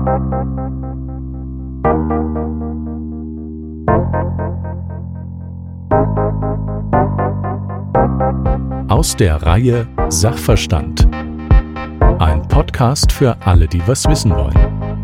Aus der Reihe Sachverstand. Ein Podcast für alle, die was wissen wollen.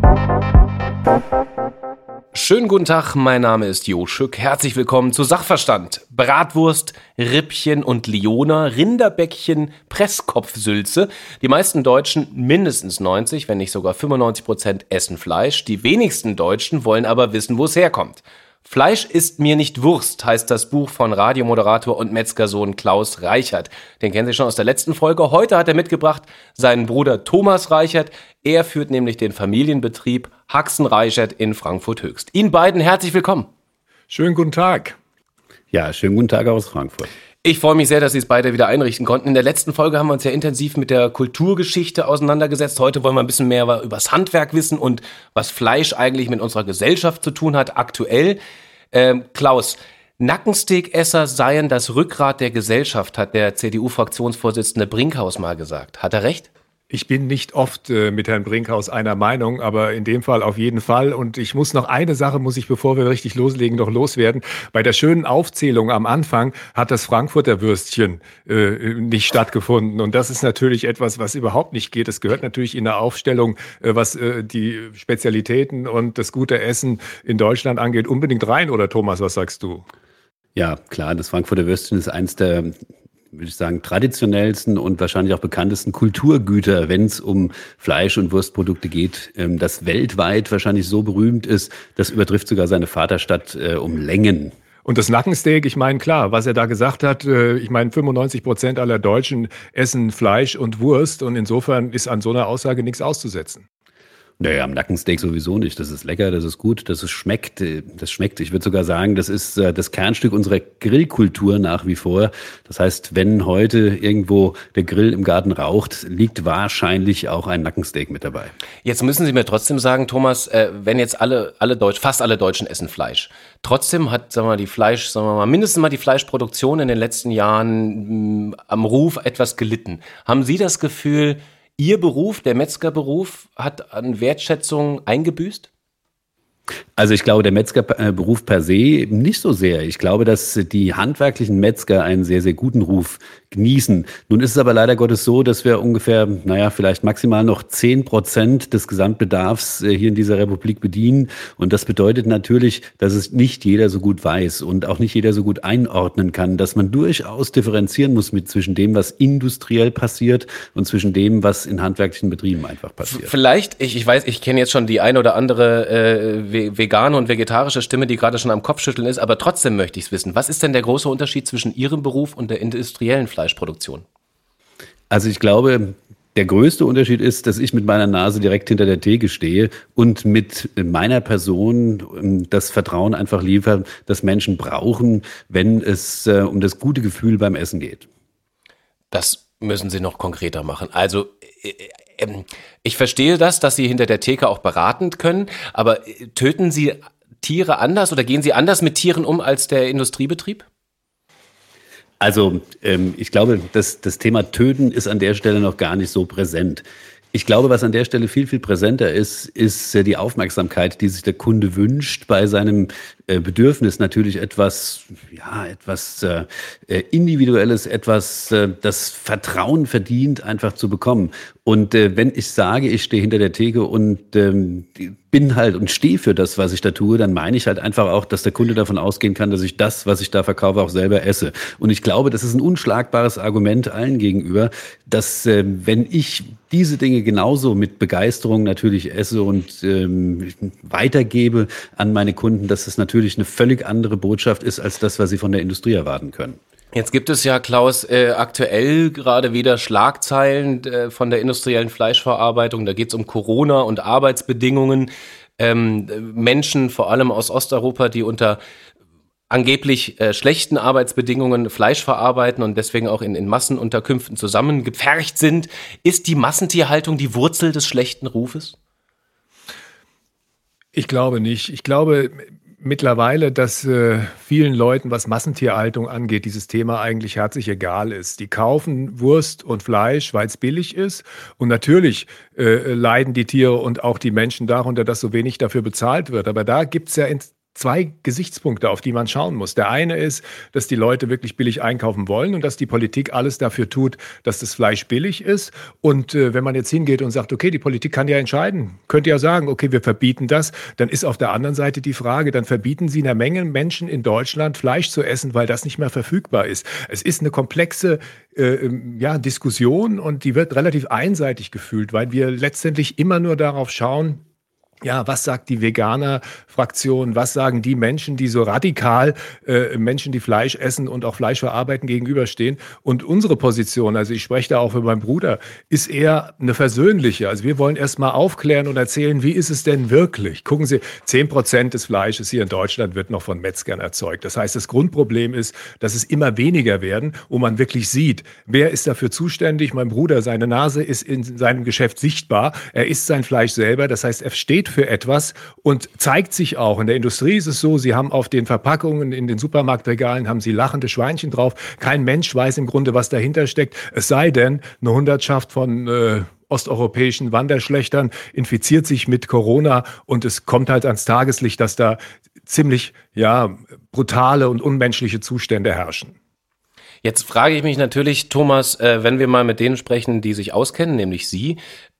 Schönen guten Tag, mein Name ist Jo Schück. Herzlich willkommen zu Sachverstand. Bratwurst, Rippchen und Lioner, Rinderbäckchen, Presskopfsülze. Die meisten Deutschen, mindestens 90, wenn nicht sogar 95%, essen Fleisch. Die wenigsten Deutschen wollen aber wissen, wo es herkommt. Fleisch ist mir nicht Wurst, heißt das Buch von Radiomoderator und Metzgersohn Klaus Reichert. Den kennen Sie schon aus der letzten Folge. Heute hat er mitgebracht seinen Bruder Thomas Reichert. Er führt nämlich den Familienbetrieb Haxen Reichert in Frankfurt-Höchst. Ihnen beiden herzlich willkommen. Schönen guten Tag. Ja, schönen guten Tag aus Frankfurt. Ich freue mich sehr, dass Sie es beide wieder einrichten konnten. In der letzten Folge haben wir uns ja intensiv mit der Kulturgeschichte auseinandergesetzt. Heute wollen wir ein bisschen mehr über das Handwerk wissen und was Fleisch eigentlich mit unserer Gesellschaft zu tun hat, aktuell. Klaus, Nackensteakesser seien das Rückgrat der Gesellschaft, hat der CDU-Fraktionsvorsitzende Brinkhaus mal gesagt. Hat er recht? Ich bin nicht oft mit Herrn Brinkhaus einer Meinung, aber in dem Fall auf jeden Fall. Und ich muss noch eine Sache, bevor wir richtig loslegen, noch loswerden. Bei der schönen Aufzählung am Anfang hat das Frankfurter Würstchen nicht stattgefunden. Und das ist natürlich etwas, was überhaupt nicht geht. Es gehört natürlich in der Aufstellung, was die Spezialitäten und das gute Essen in Deutschland angeht, unbedingt rein. Oder Thomas, was sagst du? Ja, klar, das Frankfurter Würstchen ist eins der, würde ich sagen, traditionellsten und wahrscheinlich auch bekanntesten Kulturgüter, wenn es um Fleisch- und Wurstprodukte geht, das weltweit wahrscheinlich so berühmt ist, das übertrifft sogar seine Vaterstadt um Längen. Und das Nackensteak, ich meine, klar, was er da gesagt hat, 95% aller Deutschen essen Fleisch und Wurst und insofern ist an so einer Aussage nichts auszusetzen. Naja, am Nackensteak sowieso nicht. Das ist lecker, das ist gut, das schmeckt. Ich würde sogar sagen, das ist das Kernstück unserer Grillkultur nach wie vor. Das heißt, wenn heute irgendwo der Grill im Garten raucht, liegt wahrscheinlich auch ein Nackensteak mit dabei. Jetzt müssen Sie mir trotzdem sagen, Thomas, wenn jetzt fast alle Deutschen essen Fleisch. Trotzdem hat, mindestens mal die Fleischproduktion in den letzten Jahren am Ruf etwas gelitten. Haben Sie das Gefühl, Ihr Beruf, der Metzgerberuf, hat an Wertschätzung eingebüßt? Also ich glaube, der Metzgerberuf per se nicht so sehr. Ich glaube, dass die handwerklichen Metzger einen sehr, sehr guten Ruf genießen. Nun ist es aber leider Gottes so, dass wir ungefähr, vielleicht maximal noch 10% des Gesamtbedarfs hier in dieser Republik bedienen. Und das bedeutet natürlich, dass es nicht jeder so gut weiß und auch nicht jeder so gut einordnen kann, dass man durchaus differenzieren muss zwischen dem, was industriell passiert und zwischen dem, was in handwerklichen Betrieben einfach passiert. Vielleicht, ich weiß, ich kenne jetzt schon die ein oder andere vegane und vegetarische Stimme, die gerade schon am Kopfschütteln ist, aber trotzdem möchte ich es wissen. Was ist denn der große Unterschied zwischen Ihrem Beruf und der industriellen Fleischproduktion? Also ich glaube, der größte Unterschied ist, dass ich mit meiner Nase direkt hinter der Theke stehe und mit meiner Person das Vertrauen einfach liefere, das Menschen brauchen, wenn es um das gute Gefühl beim Essen geht. Das müssen Sie noch konkreter machen. Also ich verstehe das, dass Sie hinter der Theke auch beratend können, aber töten Sie Tiere anders oder gehen Sie anders mit Tieren um als der Industriebetrieb? Also ich glaube, das Thema Töten ist an der Stelle noch gar nicht so präsent. Ich glaube, was an der Stelle viel, viel präsenter ist die Aufmerksamkeit, die sich der Kunde wünscht bei seinem Bedürfnis, natürlich etwas Individuelles, etwas, das Vertrauen verdient, einfach zu bekommen. Und wenn ich sage, ich stehe hinter der Theke und bin halt und stehe für das, was ich da tue, dann meine ich halt einfach auch, dass der Kunde davon ausgehen kann, dass ich das, was ich da verkaufe, auch selber esse. Und ich glaube, das ist ein unschlagbares Argument allen gegenüber, dass wenn ich diese Dinge genauso mit Begeisterung natürlich esse und weitergebe an meine Kunden, dass es natürlich eine völlig andere Botschaft ist, als das, was sie von der Industrie erwarten können. Jetzt gibt es ja, Klaus, aktuell gerade wieder Schlagzeilen von der industriellen Fleischverarbeitung. Da geht es um Corona und Arbeitsbedingungen. Menschen, vor allem aus Osteuropa, die unter angeblich schlechten Arbeitsbedingungen Fleisch verarbeiten und deswegen auch in Massenunterkünften zusammengepfercht sind. Ist die Massentierhaltung die Wurzel des schlechten Rufes? Ich glaube nicht. Ich glaube, mittlerweile, dass vielen Leuten, was Massentierhaltung angeht, dieses Thema eigentlich herzlich egal ist. Die kaufen Wurst und Fleisch, weil es billig ist. Und natürlich leiden die Tiere und auch die Menschen darunter, dass so wenig dafür bezahlt wird. Aber da gibt es ja zwei Gesichtspunkte, auf die man schauen muss. Der eine ist, dass die Leute wirklich billig einkaufen wollen und dass die Politik alles dafür tut, dass das Fleisch billig ist. Und wenn man jetzt hingeht und sagt, okay, die Politik kann ja entscheiden, könnte ja sagen, okay, wir verbieten das, dann ist auf der anderen Seite die Frage, dann verbieten sie einer Menge Menschen in Deutschland Fleisch zu essen, weil das nicht mehr verfügbar ist. Es ist eine komplexe Diskussion und die wird relativ einseitig gefühlt, weil wir letztendlich immer nur darauf schauen, ja, was sagt die Veganer-Fraktion? Was sagen die Menschen, die so radikal Menschen, die Fleisch essen und auch Fleisch verarbeiten, gegenüberstehen? Und unsere Position, also ich spreche da auch für meinen Bruder, ist eher eine versöhnliche. Also wir wollen erst mal aufklären und erzählen, wie ist es denn wirklich? Gucken Sie, 10% des Fleisches hier in Deutschland wird noch von Metzgern erzeugt. Das heißt, das Grundproblem ist, dass es immer weniger werden, wo man wirklich sieht, wer ist dafür zuständig? Mein Bruder, seine Nase ist in seinem Geschäft sichtbar. Er isst sein Fleisch selber. Das heißt, er steht für etwas und zeigt sich auch. In der Industrie ist es so, sie haben auf den Verpackungen in den Supermarktregalen haben sie lachende Schweinchen drauf. Kein Mensch weiß im Grunde, was dahinter steckt. Es sei denn, eine Hundertschaft von osteuropäischen Wanderschlechtern infiziert sich mit Corona und es kommt halt ans Tageslicht, dass da ziemlich brutale und unmenschliche Zustände herrschen. Jetzt frage ich mich natürlich, Thomas, wenn wir mal mit denen sprechen, die sich auskennen, nämlich Sie,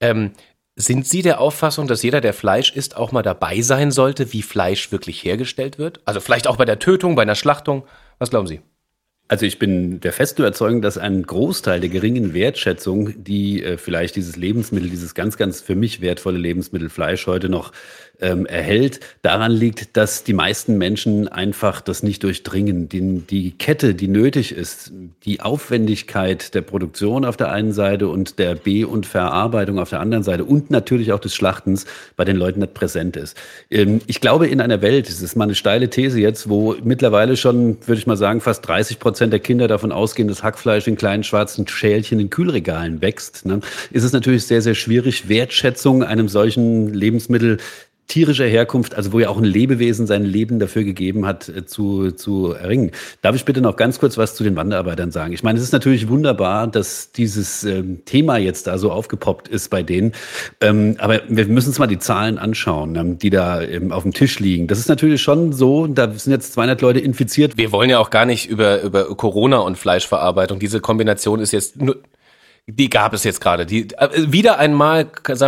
sind Sie der Auffassung, dass jeder, der Fleisch isst, auch mal dabei sein sollte, wie Fleisch wirklich hergestellt wird? Also vielleicht auch bei der Tötung, bei einer Schlachtung? Was glauben Sie? Also ich bin der festen Überzeugung, dass ein Großteil der geringen Wertschätzung, die vielleicht dieses Lebensmittel, dieses ganz, ganz für mich wertvolle Lebensmittel Fleisch heute noch erhält, daran liegt, dass die meisten Menschen einfach das nicht durchdringen. Die Kette, die nötig ist, die Aufwendigkeit der Produktion auf der einen Seite und der Be- und Verarbeitung auf der anderen Seite und natürlich auch des Schlachtens bei den Leuten nicht präsent ist. Ich glaube, in einer Welt, das ist mal eine steile These jetzt, wo mittlerweile schon, würde ich mal sagen, fast 30% der Kinder davon ausgehen, dass Hackfleisch in kleinen schwarzen Schälchen in Kühlregalen wächst, ne, ist es natürlich sehr, sehr schwierig, Wertschätzung einem solchen Lebensmittel tierischer Herkunft, also wo ja auch ein Lebewesen sein Leben dafür gegeben hat, zu erringen. Darf ich bitte noch ganz kurz was zu den Wanderarbeitern sagen? Ich meine, es ist natürlich wunderbar, dass dieses Thema jetzt da so aufgepoppt ist bei denen, aber wir müssen uns mal die Zahlen anschauen, die da auf dem Tisch liegen. Das ist natürlich schon so, da sind jetzt 200 Leute infiziert. Wir wollen ja auch gar nicht über Corona und Fleischverarbeitung, diese Kombination ist jetzt nur... Die gab es jetzt gerade. Wieder einmal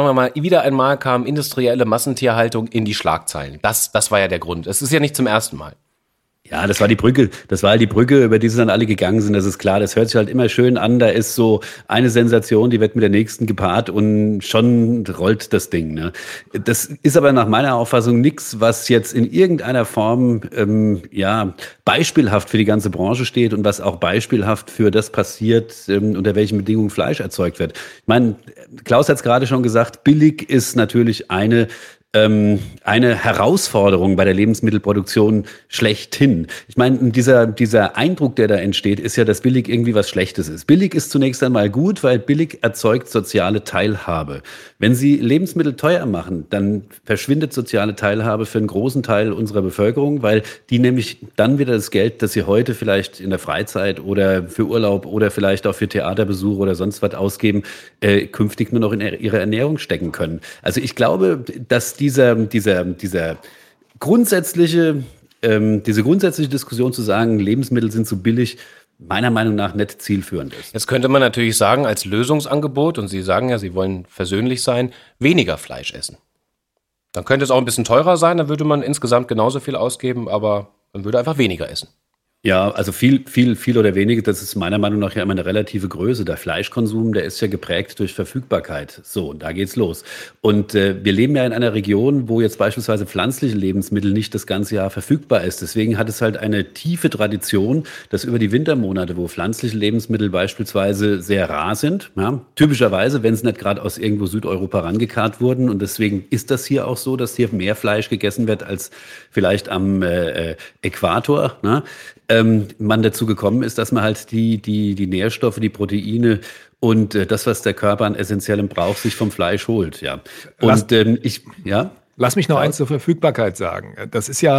kam industrielle Massentierhaltung in die Schlagzeilen. Das war ja der Grund. Es ist ja nicht zum ersten Mal. Ja, das war die Brücke, über die sie dann alle gegangen sind, das ist klar. Das hört sich halt immer schön an, da ist so eine Sensation, die wird mit der nächsten gepaart und schon rollt das Ding. Ne? Das ist aber nach meiner Auffassung nichts, was jetzt in irgendeiner Form beispielhaft für die ganze Branche steht und was auch beispielhaft für das passiert, unter welchen Bedingungen Fleisch erzeugt wird. Ich meine, Klaus hat es gerade schon gesagt, billig ist natürlich eine Herausforderung bei der Lebensmittelproduktion schlechthin. Ich meine, dieser Eindruck, der da entsteht, ist ja, dass billig irgendwie was Schlechtes ist. Billig ist zunächst einmal gut, weil billig erzeugt soziale Teilhabe. Wenn Sie Lebensmittel teuer machen, dann verschwindet soziale Teilhabe für einen großen Teil unserer Bevölkerung, weil die nämlich dann wieder das Geld, das sie heute vielleicht in der Freizeit oder für Urlaub oder vielleicht auch für Theaterbesuche oder sonst was ausgeben, künftig nur noch in ihre Ernährung stecken können. Also ich glaube, dass diese grundsätzliche Diskussion zu sagen, Lebensmittel sind zu billig, meiner Meinung nach nicht zielführend ist. Jetzt könnte man natürlich sagen, als Lösungsangebot, und Sie sagen ja, Sie wollen versöhnlich sein, weniger Fleisch essen. Dann könnte es auch ein bisschen teurer sein, dann würde man insgesamt genauso viel ausgeben, aber man würde einfach weniger essen. Ja, also viel oder wenig, das ist meiner Meinung nach ja immer eine relative Größe. Der Fleischkonsum, der ist ja geprägt durch Verfügbarkeit. So, und da geht's los. Und wir leben ja in einer Region, wo jetzt beispielsweise pflanzliche Lebensmittel nicht das ganze Jahr verfügbar ist. Deswegen hat es halt eine tiefe Tradition, dass über die Wintermonate, wo pflanzliche Lebensmittel beispielsweise sehr rar sind, ja, typischerweise, wenn es nicht gerade aus irgendwo Südeuropa rangekarrt wurden, und deswegen ist das hier auch so, dass hier mehr Fleisch gegessen wird als vielleicht am Äquator, ne? Man dazu gekommen ist, dass man halt die Nährstoffe, die Proteine und das, was der Körper an Essentiellem braucht, sich vom Fleisch holt. Ja. Und Lass mich noch eins zur Verfügbarkeit sagen. Das ist ja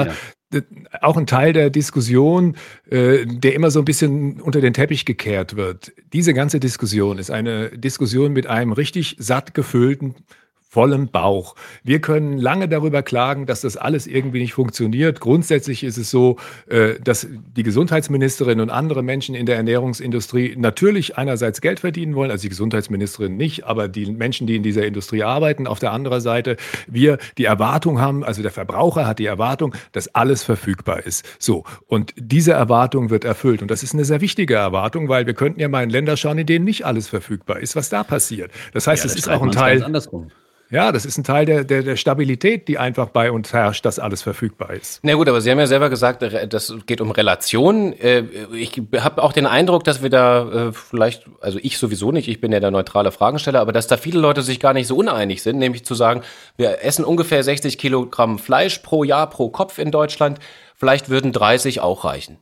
auch ein Teil der Diskussion, der immer so ein bisschen unter den Teppich gekehrt wird. Diese ganze Diskussion ist eine Diskussion mit einem richtig satt gefüllten, vollen Bauch. Wir können lange darüber klagen, dass das alles irgendwie nicht funktioniert. Grundsätzlich ist es so, dass die Gesundheitsministerin und andere Menschen in der Ernährungsindustrie natürlich einerseits Geld verdienen wollen, also die Gesundheitsministerin nicht, aber die Menschen, die in dieser Industrie arbeiten. Auf der anderen Seite wir die Erwartung haben, also der Verbraucher hat die Erwartung, dass alles verfügbar ist. So, und diese Erwartung wird erfüllt. Und das ist eine sehr wichtige Erwartung, weil wir könnten ja mal in Länder schauen, in denen nicht alles verfügbar ist, was da passiert. Das heißt, es ist auch ein Teil... Ja, das ist ein Teil der Stabilität, die einfach bei uns herrscht, dass alles verfügbar ist. Na gut, aber Sie haben ja selber gesagt, das geht um Relationen. Ich habe auch den Eindruck, dass wir da vielleicht, also ich sowieso nicht, ich bin ja der neutrale Fragensteller, aber dass da viele Leute sich gar nicht so uneinig sind, nämlich zu sagen, wir essen ungefähr 60 Kilogramm Fleisch pro Jahr, pro Kopf in Deutschland. Vielleicht würden 30 auch reichen.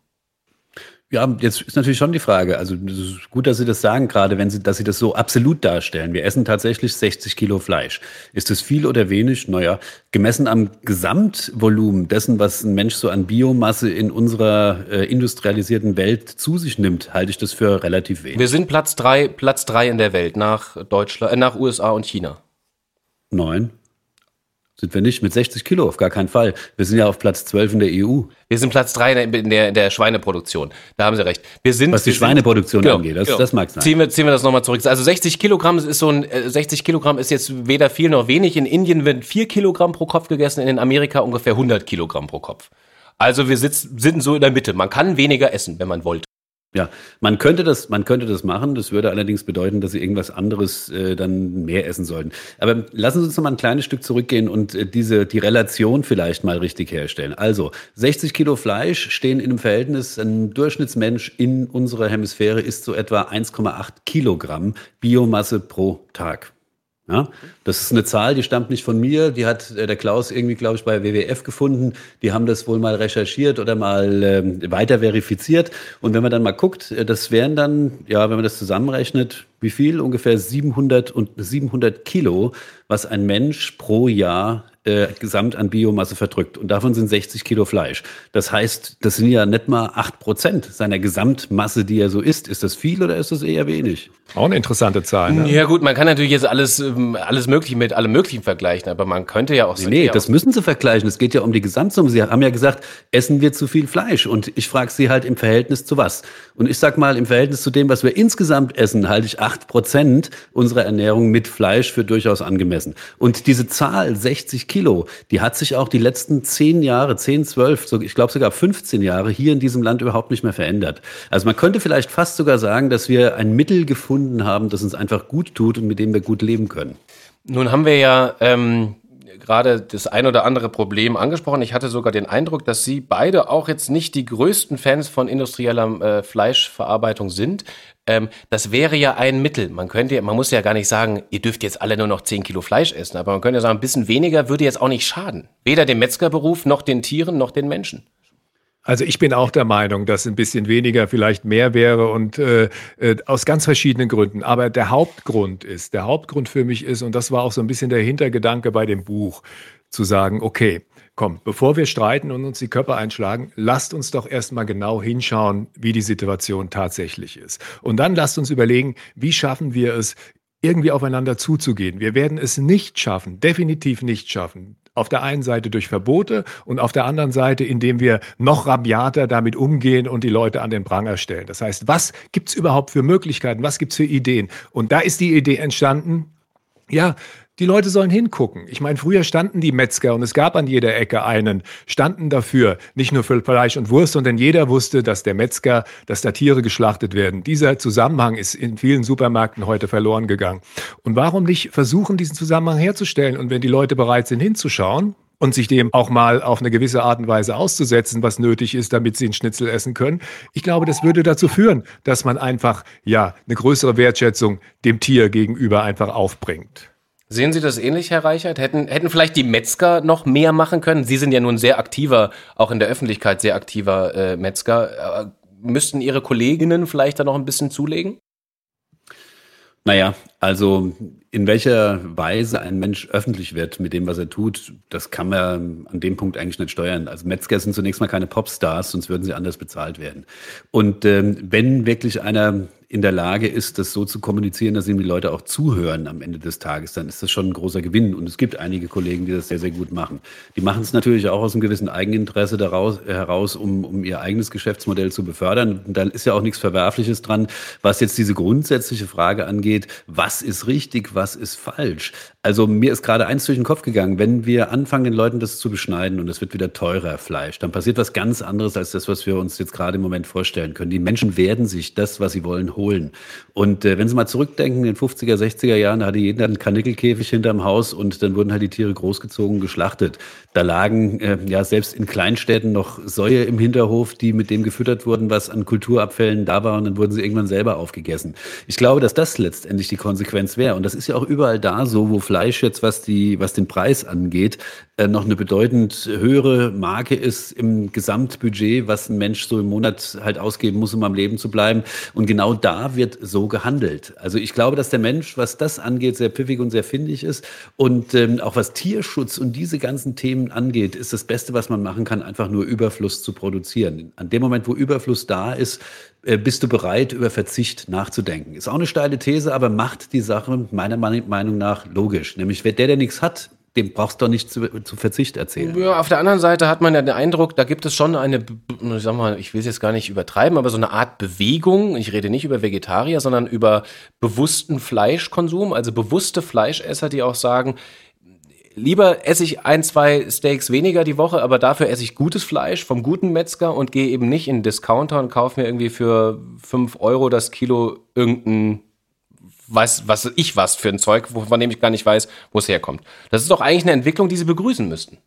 Ja, jetzt ist natürlich schon die Frage, also es ist gut, dass Sie das sagen, gerade dass Sie das so absolut darstellen. Wir essen tatsächlich 60 Kilo Fleisch. Ist das viel oder wenig? Naja, gemessen am Gesamtvolumen dessen, was ein Mensch so an Biomasse in unserer industrialisierten Welt zu sich nimmt, halte ich das für relativ wenig. Wir sind Platz 3 in der Welt nach Deutschland, nach USA und China. 9. Sind wir nicht mit 60 Kilo, auf gar keinen Fall. Wir sind ja auf Platz 12 in der EU. Wir sind Platz 3 in der Schweineproduktion. Da haben Sie recht. Was die Schweineproduktion angeht, das mag sein. Ziehen wir das nochmal zurück. Also 60 Kilogramm ist jetzt weder viel noch wenig. In Indien wird 4 Kilogramm pro Kopf gegessen, in Amerika ungefähr 100 Kilogramm pro Kopf. Also wir sind so in der Mitte. Man kann weniger essen, wenn man wollte. Ja, man könnte das machen. Das würde allerdings bedeuten, dass Sie irgendwas anderes dann mehr essen sollten. Aber lassen Sie uns noch mal ein kleines Stück zurückgehen und die Relation vielleicht mal richtig herstellen. Also 60 Kilo Fleisch stehen in einem Verhältnis. Ein Durchschnittsmensch in unserer Hemisphäre isst so etwa 1,8 Kilogramm Biomasse pro Tag. Ja, das ist eine Zahl, die stammt nicht von mir, die hat der Klaus irgendwie, glaube ich, bei WWF gefunden. Die haben das wohl mal recherchiert oder mal weiter verifiziert. Und wenn man dann mal guckt, das wären dann, ja, wenn man das zusammenrechnet, wie viel? Ungefähr 700 Kilo, was ein Mensch pro Jahr gesamt an Biomasse verdrückt. Und davon sind 60 Kilo Fleisch. Das heißt, das sind ja nicht mal 8% seiner Gesamtmasse, die er so isst. Ist das viel oder ist das eher wenig? Auch eine interessante Zahl. Ne? Ja gut, man kann natürlich jetzt alles Mögliche mit allem Möglichen vergleichen, aber man könnte ja auch... Nee, das müssen Sie vergleichen. Es geht ja um die Gesamtsumme. Sie haben ja gesagt, essen wir zu viel Fleisch? Und ich frage Sie halt im Verhältnis zu was? Und ich sag mal, im Verhältnis zu dem, was wir insgesamt essen, halte ich 8% unserer Ernährung mit Fleisch für durchaus angemessen. Und diese Zahl, 60 Kilo, die hat sich auch die letzten 10 Jahre, 10, 12, ich glaube sogar 15 Jahre hier in diesem Land überhaupt nicht mehr verändert. Also man könnte vielleicht fast sogar sagen, dass wir ein Mittel gefunden haben, das uns einfach gut tut und mit dem wir gut leben können. Nun haben wir ja gerade das ein oder andere Problem angesprochen. Ich hatte sogar den Eindruck, dass Sie beide auch jetzt nicht die größten Fans von industrieller Fleischverarbeitung sind. Das wäre ja ein Mittel. Man muss ja gar nicht sagen, ihr dürft jetzt alle nur noch 10 Kilo Fleisch essen, aber man könnte ja sagen, ein bisschen weniger würde jetzt auch nicht schaden. Weder dem Metzgerberuf, noch den Tieren, noch den Menschen. Also ich bin auch der Meinung, dass ein bisschen weniger vielleicht mehr wäre und aus ganz verschiedenen Gründen. Aber der Hauptgrund für mich ist, und das war auch so ein bisschen der Hintergedanke bei dem Buch, zu sagen, okay, komm, bevor wir streiten und uns die Köpfe einschlagen, lasst uns doch erstmal genau hinschauen, wie die Situation tatsächlich ist. Und dann lasst uns überlegen, wie schaffen wir es, irgendwie aufeinander zuzugehen. Wir werden es nicht schaffen, definitiv nicht schaffen. Auf der einen Seite durch Verbote und auf der anderen Seite, indem wir noch rabiater damit umgehen und die Leute an den Pranger stellen. Das heißt, was gibt's überhaupt für Möglichkeiten? Was gibt's für Ideen? Und da ist die Idee entstanden, ja, die Leute sollen hingucken. Ich meine, früher standen die Metzger und es gab an jeder Ecke standen dafür, nicht nur für Fleisch und Wurst, sondern jeder wusste, dass da Tiere geschlachtet werden. Dieser Zusammenhang ist in vielen Supermärkten heute verloren gegangen. Und warum nicht versuchen, diesen Zusammenhang herzustellen? Und wenn die Leute bereit sind, hinzuschauen und sich dem auch mal auf eine gewisse Art und Weise auszusetzen, was nötig ist, damit sie einen Schnitzel essen können. Ich glaube, das würde dazu führen, dass man einfach, ja, eine größere Wertschätzung dem Tier gegenüber einfach aufbringt. Sehen Sie das ähnlich, Herr Reichert? Hätten vielleicht die Metzger noch mehr machen können? Sie sind ja nun sehr aktiver, auch in der Öffentlichkeit sehr aktiver Metzger. Müssten Ihre Kolleginnen vielleicht da noch ein bisschen zulegen? Naja, also in welcher Weise ein Mensch öffentlich wird mit dem, was er tut, das kann man an dem Punkt eigentlich nicht steuern. Also Metzger sind zunächst mal keine Popstars, sonst würden sie anders bezahlt werden. Und wenn wirklich einer in der Lage ist, das so zu kommunizieren, dass ihm die Leute auch zuhören am Ende des Tages, dann ist das schon ein großer Gewinn. Und es gibt einige Kollegen, die das sehr, sehr gut machen. Die machen es natürlich auch aus einem gewissen Eigeninteresse heraus, um ihr eigenes Geschäftsmodell zu befördern. Und da ist ja auch nichts Verwerfliches dran, was jetzt diese grundsätzliche Frage angeht, was ist richtig, was ist falsch. Also mir ist gerade eins durch den Kopf gegangen, wenn wir anfangen, den Leuten das zu beschneiden und es wird wieder teurer Fleisch, dann passiert was ganz anderes als das, was wir uns jetzt gerade im Moment vorstellen können. Die Menschen werden sich das, was sie wollen, holen. Und wenn Sie mal zurückdenken, in den 50er, 60er Jahren, da hatte jeder einen Karnickelkäfig hinterm Haus und dann wurden halt die Tiere großgezogen, geschlachtet. Da lagen ja selbst in Kleinstädten noch Säue im Hinterhof, die mit dem gefüttert wurden, was an Kulturabfällen da war, und dann wurden sie irgendwann selber aufgegessen. Ich glaube, dass das letztendlich die Konsequenz wäre. Und das ist ja auch überall da so, wo Fleisch jetzt, was den Preis angeht, noch eine bedeutend höhere Marke ist im Gesamtbudget, was ein Mensch so im Monat halt ausgeben muss, um am Leben zu bleiben. Und genau da wird so gehandelt. Also ich glaube, dass der Mensch, was das angeht, sehr pfiffig und sehr findig ist. Und auch was Tierschutz und diese ganzen Themen angeht, ist das Beste, was man machen kann, einfach nur Überfluss zu produzieren. An dem Moment, wo Überfluss da ist, bist du bereit, über Verzicht nachzudenken. Ist auch eine steile These, aber macht die Sache meiner Meinung nach logisch. Nämlich, der nichts hat, dem brauchst du doch nicht zu Verzicht erzählen. Ja, auf der anderen Seite hat man ja den Eindruck, da gibt es schon eine, ich sag mal, ich will es jetzt gar nicht übertreiben, aber so eine Art Bewegung. Ich rede nicht über Vegetarier, sondern über bewussten Fleischkonsum, also bewusste Fleischesser, die auch sagen, lieber esse ich 1-2 Steaks weniger die Woche, aber dafür esse ich gutes Fleisch vom guten Metzger und gehe eben nicht in den Discounter und kaufe mir irgendwie für 5 Euro das Kilo irgendein was für ein Zeug, von dem ich gar nicht weiß, wo es herkommt. Das ist doch eigentlich eine Entwicklung, die Sie begrüßen müssten.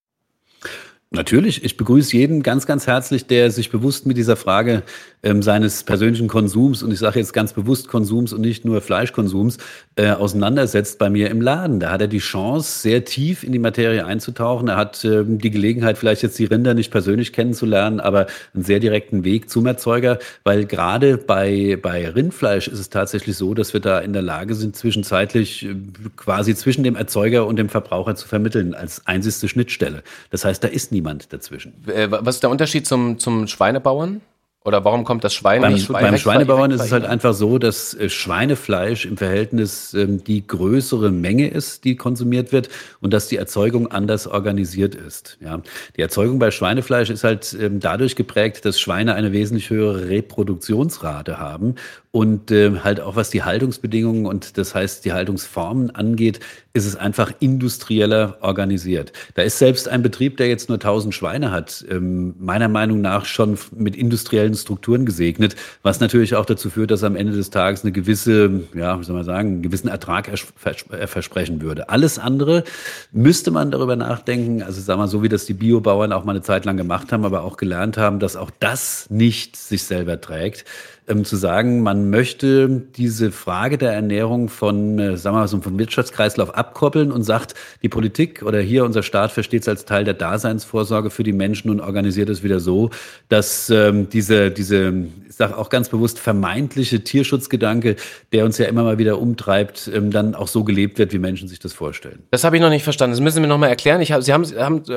Natürlich, ich begrüße jeden ganz, ganz herzlich, der sich bewusst mit dieser Frage seines persönlichen Konsums, und ich sage jetzt ganz bewusst Konsums und nicht nur Fleischkonsums, auseinandersetzt bei mir im Laden. Da hat er die Chance, sehr tief in die Materie einzutauchen. Er hat die Gelegenheit, vielleicht jetzt die Rinder nicht persönlich kennenzulernen, aber einen sehr direkten Weg zum Erzeuger, weil gerade bei Rindfleisch ist es tatsächlich so, dass wir da in der Lage sind, zwischenzeitlich quasi zwischen dem Erzeuger und dem Verbraucher zu vermitteln, als einzigste Schnittstelle. Das heißt, da ist niemand dazwischen. Was ist der Unterschied zum Schweinebauern? Oder warum kommt das Schwein nicht beim Schweinebauern ist es halt einfach so, dass Schweinefleisch im Verhältnis die größere Menge ist, die konsumiert wird, und dass die Erzeugung anders organisiert ist. Ja, die Erzeugung bei Schweinefleisch ist halt dadurch geprägt, dass Schweine eine wesentlich höhere Reproduktionsrate haben und halt auch was die Haltungsbedingungen und das heißt die Haltungsformen angeht, ist es einfach industrieller organisiert. Da ist selbst ein Betrieb, der jetzt nur 1000 Schweine hat, meiner Meinung nach schon mit industriellen Strukturen gesegnet, was natürlich auch dazu führt, dass am Ende des Tages eine gewisse, ja, wie soll man sagen, einen gewissen Ertrag versprechen würde. Alles andere müsste man darüber nachdenken, also sagen wir mal so, wie das die Biobauern auch mal eine Zeit lang gemacht haben, aber auch gelernt haben, dass auch das nicht sich selber trägt. Zu sagen, man möchte diese Frage der Ernährung von, sagen wir mal, so vom Wirtschaftskreislauf abkoppeln und sagt, die Politik oder hier unser Staat versteht es als Teil der Daseinsvorsorge für die Menschen und organisiert es wieder so, dass diese, ich sage auch ganz bewusst, vermeintliche Tierschutzgedanke, der uns ja immer mal wieder umtreibt, dann auch so gelebt wird, wie Menschen sich das vorstellen. Das habe ich noch nicht verstanden. Das müssen Sie mir noch mal erklären. Sie haben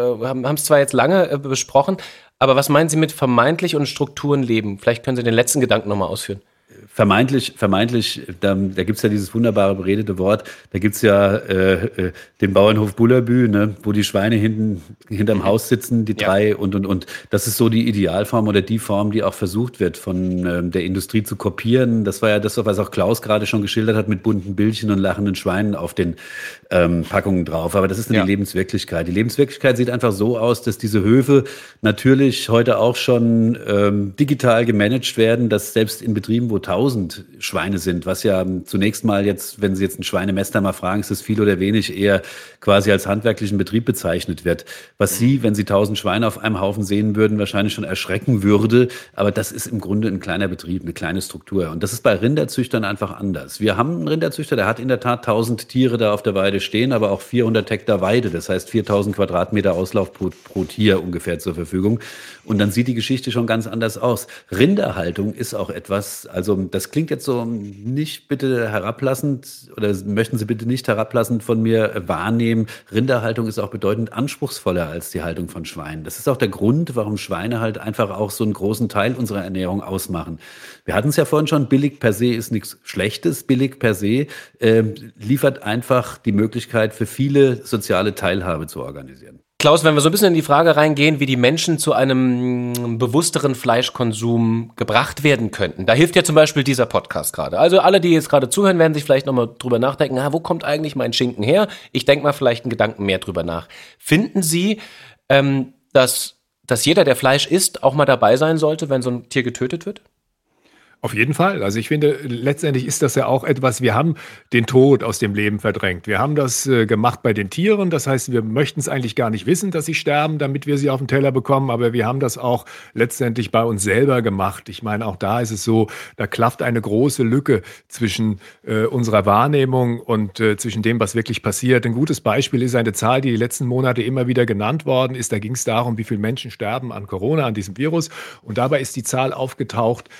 es zwar jetzt lange besprochen, aber was meinen Sie mit vermeintlich und Strukturen leben? Vielleicht können Sie den letzten Gedanken nochmal ausführen. Vermeintlich, da gibt's ja dieses wunderbare beredete Wort, da gibt's ja den Bauernhof Bullabü, ne, wo die Schweine hinterm Haus sitzen, die drei und. Das ist so die Idealform oder die Form, die auch versucht wird von der Industrie zu kopieren. Das war ja das, was auch Klaus gerade schon geschildert hat, mit bunten Bildchen und lachenden Schweinen auf den Packungen drauf. Aber das ist dann die Lebenswirklichkeit. Die Lebenswirklichkeit sieht einfach so aus, dass diese Höfe natürlich heute auch schon digital gemanagt werden, dass selbst in Betrieben, wo 1000 Schweine sind, was ja zunächst mal jetzt, wenn Sie jetzt einen Schweinemester mal fragen, ist das viel oder wenig, eher quasi als handwerklichen Betrieb bezeichnet wird. Was Sie, wenn Sie 1000 Schweine auf einem Haufen sehen würden, wahrscheinlich schon erschrecken würde. Aber das ist im Grunde ein kleiner Betrieb, eine kleine Struktur. Und das ist bei Rinderzüchtern einfach anders. Wir haben einen Rinderzüchter, der hat in der Tat 1000 Tiere da auf der Weide stehen, aber auch 400 Hektar Weide. Das heißt 4000 Quadratmeter Auslauf pro Tier ungefähr zur Verfügung. Und dann sieht die Geschichte schon ganz anders aus. Rinderhaltung ist auch etwas, also das klingt jetzt so nicht bitte herablassend oder möchten Sie bitte nicht herablassend von mir wahrnehmen. Rinderhaltung ist auch bedeutend anspruchsvoller als die Haltung von Schweinen. Das ist auch der Grund, warum Schweine halt einfach auch so einen großen Teil unserer Ernährung ausmachen. Wir hatten es ja vorhin schon, billig per se ist nichts Schlechtes. Billig per se liefert einfach die Möglichkeit für viele soziale Teilhabe zu organisieren. Klaus, wenn wir so ein bisschen in die Frage reingehen, wie die Menschen zu einem bewussteren Fleischkonsum gebracht werden könnten. Da hilft ja zum Beispiel dieser Podcast gerade. Also alle, die jetzt gerade zuhören, werden sich vielleicht nochmal drüber nachdenken, wo kommt eigentlich mein Schinken her? Ich denke mal vielleicht einen Gedanken mehr drüber nach. Finden Sie, dass jeder, der Fleisch isst, auch mal dabei sein sollte, wenn so ein Tier getötet wird? Auf jeden Fall. Also ich finde, letztendlich ist das ja auch etwas, wir haben den Tod aus dem Leben verdrängt. Wir haben das gemacht bei den Tieren. Das heißt, wir möchten es eigentlich gar nicht wissen, dass sie sterben, damit wir sie auf den Teller bekommen. Aber wir haben das auch letztendlich bei uns selber gemacht. Ich meine, auch da ist es so, da klafft eine große Lücke zwischen unserer Wahrnehmung und zwischen dem, was wirklich passiert. Ein gutes Beispiel ist eine Zahl, die letzten Monate immer wieder genannt worden ist. Da ging es darum, wie viele Menschen sterben an Corona, an diesem Virus. Und dabei ist die Zahl aufgetaucht,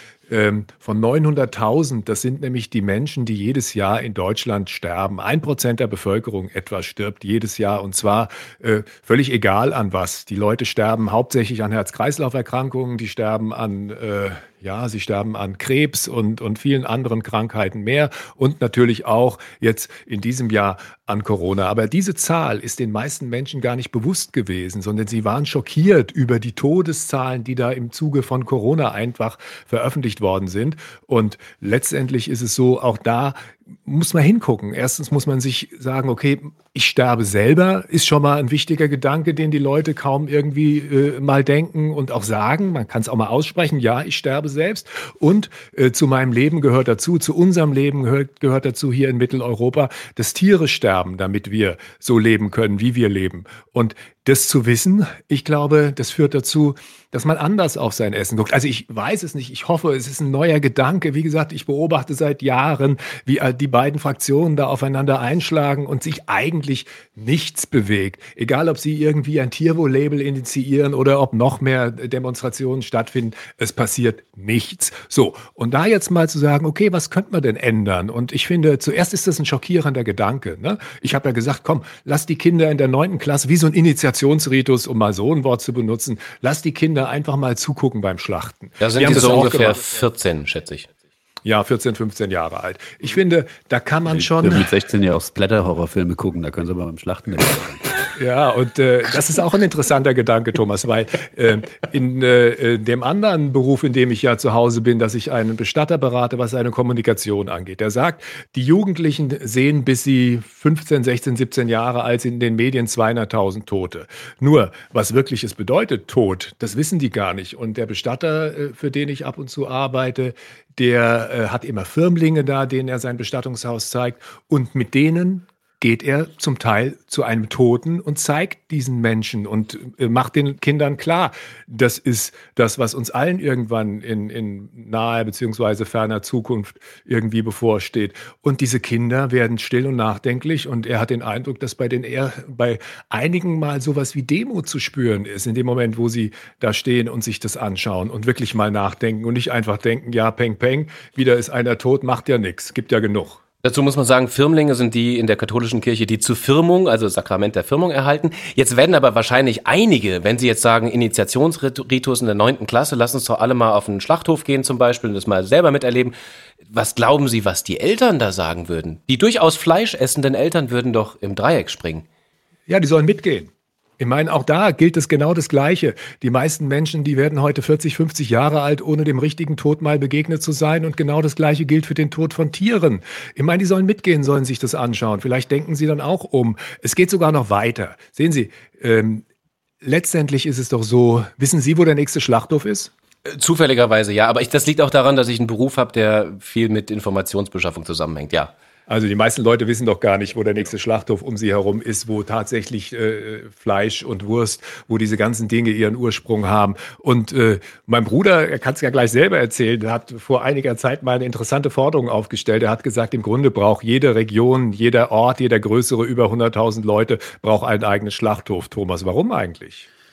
von 900.000, das sind nämlich die Menschen, die jedes Jahr in Deutschland sterben. 1% der Bevölkerung etwa stirbt jedes Jahr und zwar völlig egal an was. Die Leute sterben hauptsächlich an Herz-Kreislauf-Erkrankungen, die sterben an sie sterben an Krebs und vielen anderen Krankheiten mehr und natürlich auch jetzt in diesem Jahr an Corona. Aber diese Zahl ist den meisten Menschen gar nicht bewusst gewesen, sondern sie waren schockiert über die Todeszahlen, die da im Zuge von Corona einfach veröffentlicht worden sind. Und letztendlich ist es so, auch da muss man hingucken. Erstens muss man sich sagen, okay, ich sterbe selber, ist schon mal ein wichtiger Gedanke, den die Leute kaum irgendwie mal denken und auch sagen. Man kann es auch mal aussprechen, ja, ich sterbe selbst. Und zu meinem Leben gehört dazu, zu unserem Leben gehört dazu hier in Mitteleuropa, dass Tiere sterben, damit wir so leben können, wie wir leben. Und das zu wissen, ich glaube, das führt dazu, dass man anders auf sein Essen guckt. Also ich weiß es nicht, ich hoffe, es ist ein neuer Gedanke. Wie gesagt, ich beobachte seit Jahren, wie die beiden Fraktionen da aufeinander einschlagen und sich eigentlich nichts bewegt. Egal, ob sie irgendwie ein Tierwohl-Label initiieren oder ob noch mehr Demonstrationen stattfinden, es passiert nichts. So, und da jetzt mal zu sagen, okay, was könnte man denn ändern? Und ich finde, zuerst ist das ein schockierender Gedanke. Ne? Ich habe ja gesagt, komm, lass die Kinder in der 9. Klasse, wie so ein Initiationsritus, um mal so ein Wort zu benutzen, lass die Kinder einfach mal zugucken beim Schlachten. Da sind die so ungefähr 14, schätze ich. Ja, 14, 15 Jahre alt. Ich finde, da kann man schon... Mit 16 ja auch Splatter-Horrorfilme gucken, da können sie aber beim Schlachten nicht sein. Ja, und das ist auch ein interessanter Gedanke, Thomas, weil in dem anderen Beruf, in dem ich ja zu Hause bin, dass ich einen Bestatter berate, was seine Kommunikation angeht. Der sagt, die Jugendlichen sehen, bis sie 15, 16, 17 Jahre alt sind, in den Medien 200.000 Tote. Nur, was wirklich es bedeutet, Tod, das wissen die gar nicht. Und der Bestatter, für den ich ab und zu arbeite, der hat immer Firmlinge da, denen er sein Bestattungshaus zeigt. Und mit denen geht er zum Teil zu einem Toten und zeigt diesen Menschen und macht den Kindern klar, das ist das, was uns allen irgendwann in naher bzw. ferner Zukunft irgendwie bevorsteht. Und diese Kinder werden still und nachdenklich und er hat den Eindruck, dass bei einigen mal sowas wie Demut zu spüren ist, in dem Moment, wo sie da stehen und sich das anschauen und wirklich mal nachdenken und nicht einfach denken, ja, peng, peng, wieder ist einer tot, macht ja nichts, gibt ja genug. Dazu muss man sagen, Firmlinge sind die in der katholischen Kirche, die zur Firmung, also Sakrament der Firmung erhalten. Jetzt werden aber wahrscheinlich einige, wenn sie jetzt sagen, Initiationsritus in der 9. Klasse, lass uns doch alle mal auf einen Schlachthof gehen zum Beispiel und das mal selber miterleben. Was glauben Sie, was die Eltern da sagen würden? Die durchaus fleischessenden Eltern würden doch im Dreieck springen. Ja, die sollen mitgehen. Ich meine, auch da gilt es genau das Gleiche. Die meisten Menschen, die werden heute 40, 50 Jahre alt, ohne dem richtigen Tod mal begegnet zu sein. Und genau das Gleiche gilt für den Tod von Tieren. Ich meine, die sollen mitgehen, sollen sich das anschauen. Vielleicht denken sie dann auch um. Es geht sogar noch weiter. Sehen Sie, letztendlich ist es doch so, wissen Sie, wo der nächste Schlachthof ist? Zufälligerweise ja, aber das liegt auch daran, dass ich einen Beruf habe, der viel mit Informationsbeschaffung zusammenhängt, ja. Also die meisten Leute wissen doch gar nicht, wo der nächste Schlachthof um sie herum ist, wo tatsächlich Fleisch und Wurst, wo diese ganzen Dinge ihren Ursprung haben. Und mein Bruder, er kann es ja gleich selber erzählen, der hat vor einiger Zeit mal eine interessante Forderung aufgestellt. Er hat gesagt, im Grunde braucht jede Region, jeder Ort, jeder größere, über 100.000 Leute, braucht einen eigenen Schlachthof. Thomas, warum eigentlich?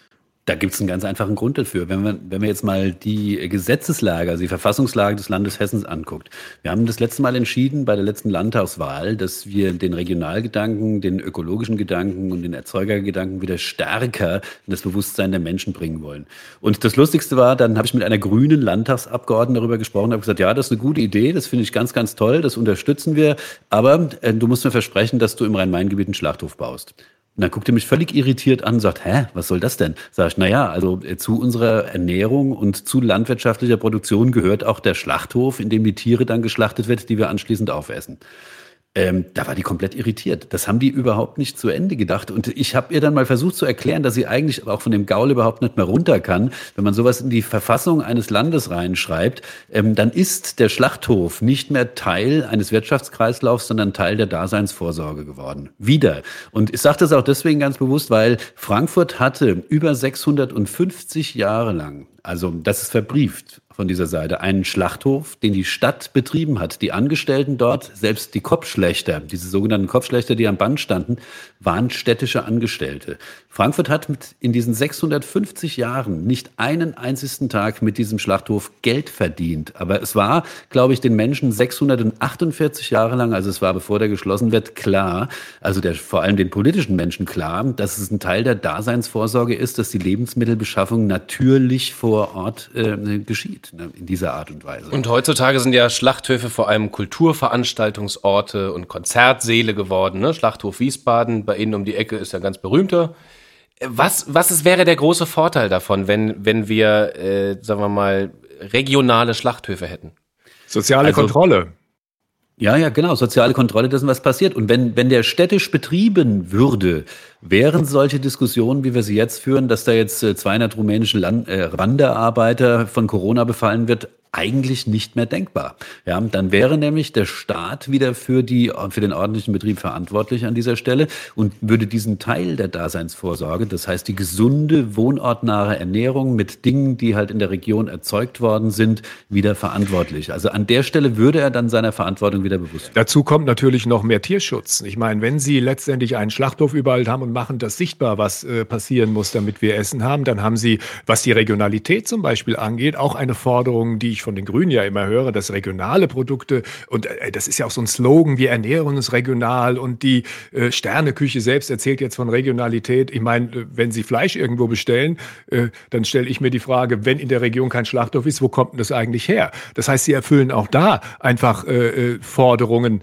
Da gibt es einen ganz einfachen Grund dafür. Wenn wir jetzt mal die Gesetzeslage, also die Verfassungslage des Landes Hessen anguckt. Wir haben das letzte Mal entschieden bei der letzten Landtagswahl, dass wir den Regionalgedanken, den ökologischen Gedanken und den Erzeugergedanken wieder stärker in das Bewusstsein der Menschen bringen wollen. Und das Lustigste war, dann habe ich mit einer grünen Landtagsabgeordneten darüber gesprochen, habe gesagt, ja, das ist eine gute Idee, das finde ich ganz, ganz toll, das unterstützen wir, aber du musst mir versprechen, dass du im Rhein-Main-Gebiet einen Schlachthof baust. Und dann guckt er mich völlig irritiert an und sagt, was soll das denn? Sag ich, naja, also zu unserer Ernährung und zu landwirtschaftlicher Produktion gehört auch der Schlachthof, in dem die Tiere dann geschlachtet wird, die wir anschließend aufessen. Da war die komplett irritiert. Das haben die überhaupt nicht zu Ende gedacht. Und ich habe ihr dann mal versucht zu erklären, dass sie eigentlich auch von dem Gaul überhaupt nicht mehr runter kann. Wenn man sowas in die Verfassung eines Landes reinschreibt, dann ist der Schlachthof nicht mehr Teil eines Wirtschaftskreislaufs, sondern Teil der Daseinsvorsorge geworden. Wieder. Und ich sage das auch deswegen ganz bewusst, weil Frankfurt hatte über 650 Jahre lang, also das ist verbrieft von dieser Seite, einen Schlachthof, den die Stadt betrieben hat. Die Angestellten dort, selbst die Kopfschlächter, diese sogenannten Kopfschlächter, die am Band standen, waren städtische Angestellte. Frankfurt hat in diesen 650 Jahren nicht einen einzigen Tag mit diesem Schlachthof Geld verdient. Aber es war, glaube ich, den Menschen 648 Jahre lang, also es war, bevor der geschlossen wird, klar, also vor allem den politischen Menschen klar, dass es ein Teil der Daseinsvorsorge ist, dass die Lebensmittelbeschaffung natürlich vor Ort geschieht. In dieser Art und Weise. Und heutzutage sind ja Schlachthöfe vor allem Kulturveranstaltungsorte und Konzertsäle geworden. Ne? Schlachthof Wiesbaden, bei Ihnen um die Ecke, ist ja ganz berühmter. Wäre der große Vorteil davon, wenn wir, sagen wir mal, regionale Schlachthöfe hätten? Soziale Kontrolle. Ja, genau, soziale Kontrolle dessen, was passiert. Und wenn der städtisch betrieben würde, wären solche Diskussionen, wie wir sie jetzt führen, dass da jetzt 200 rumänische Wanderarbeiter von Corona befallen wird, eigentlich nicht mehr denkbar. Ja, dann wäre nämlich der Staat wieder für den ordentlichen Betrieb verantwortlich an dieser Stelle und würde diesen Teil der Daseinsvorsorge, das heißt die gesunde, wohnortnahe Ernährung mit Dingen, die halt in der Region erzeugt worden sind, wieder verantwortlich. Also an der Stelle würde er dann seiner Verantwortung wieder bewusst werden. Dazu kommt natürlich noch mehr Tierschutz. Ich meine, wenn Sie letztendlich einen Schlachthof überall haben und machen das sichtbar, was passieren muss, damit wir Essen haben, dann haben Sie, was die Regionalität zum Beispiel angeht, auch eine Forderung, die ich von den Grünen ja immer höre, dass regionale Produkte, und das ist ja auch so ein Slogan, wir ernähren uns regional, und die Sterneküche selbst erzählt jetzt von Regionalität. Ich meine, wenn Sie Fleisch irgendwo bestellen, dann stelle ich mir die Frage, wenn in der Region kein Schlachthof ist, wo kommt denn das eigentlich her? Das heißt, Sie erfüllen auch da einfach Forderungen,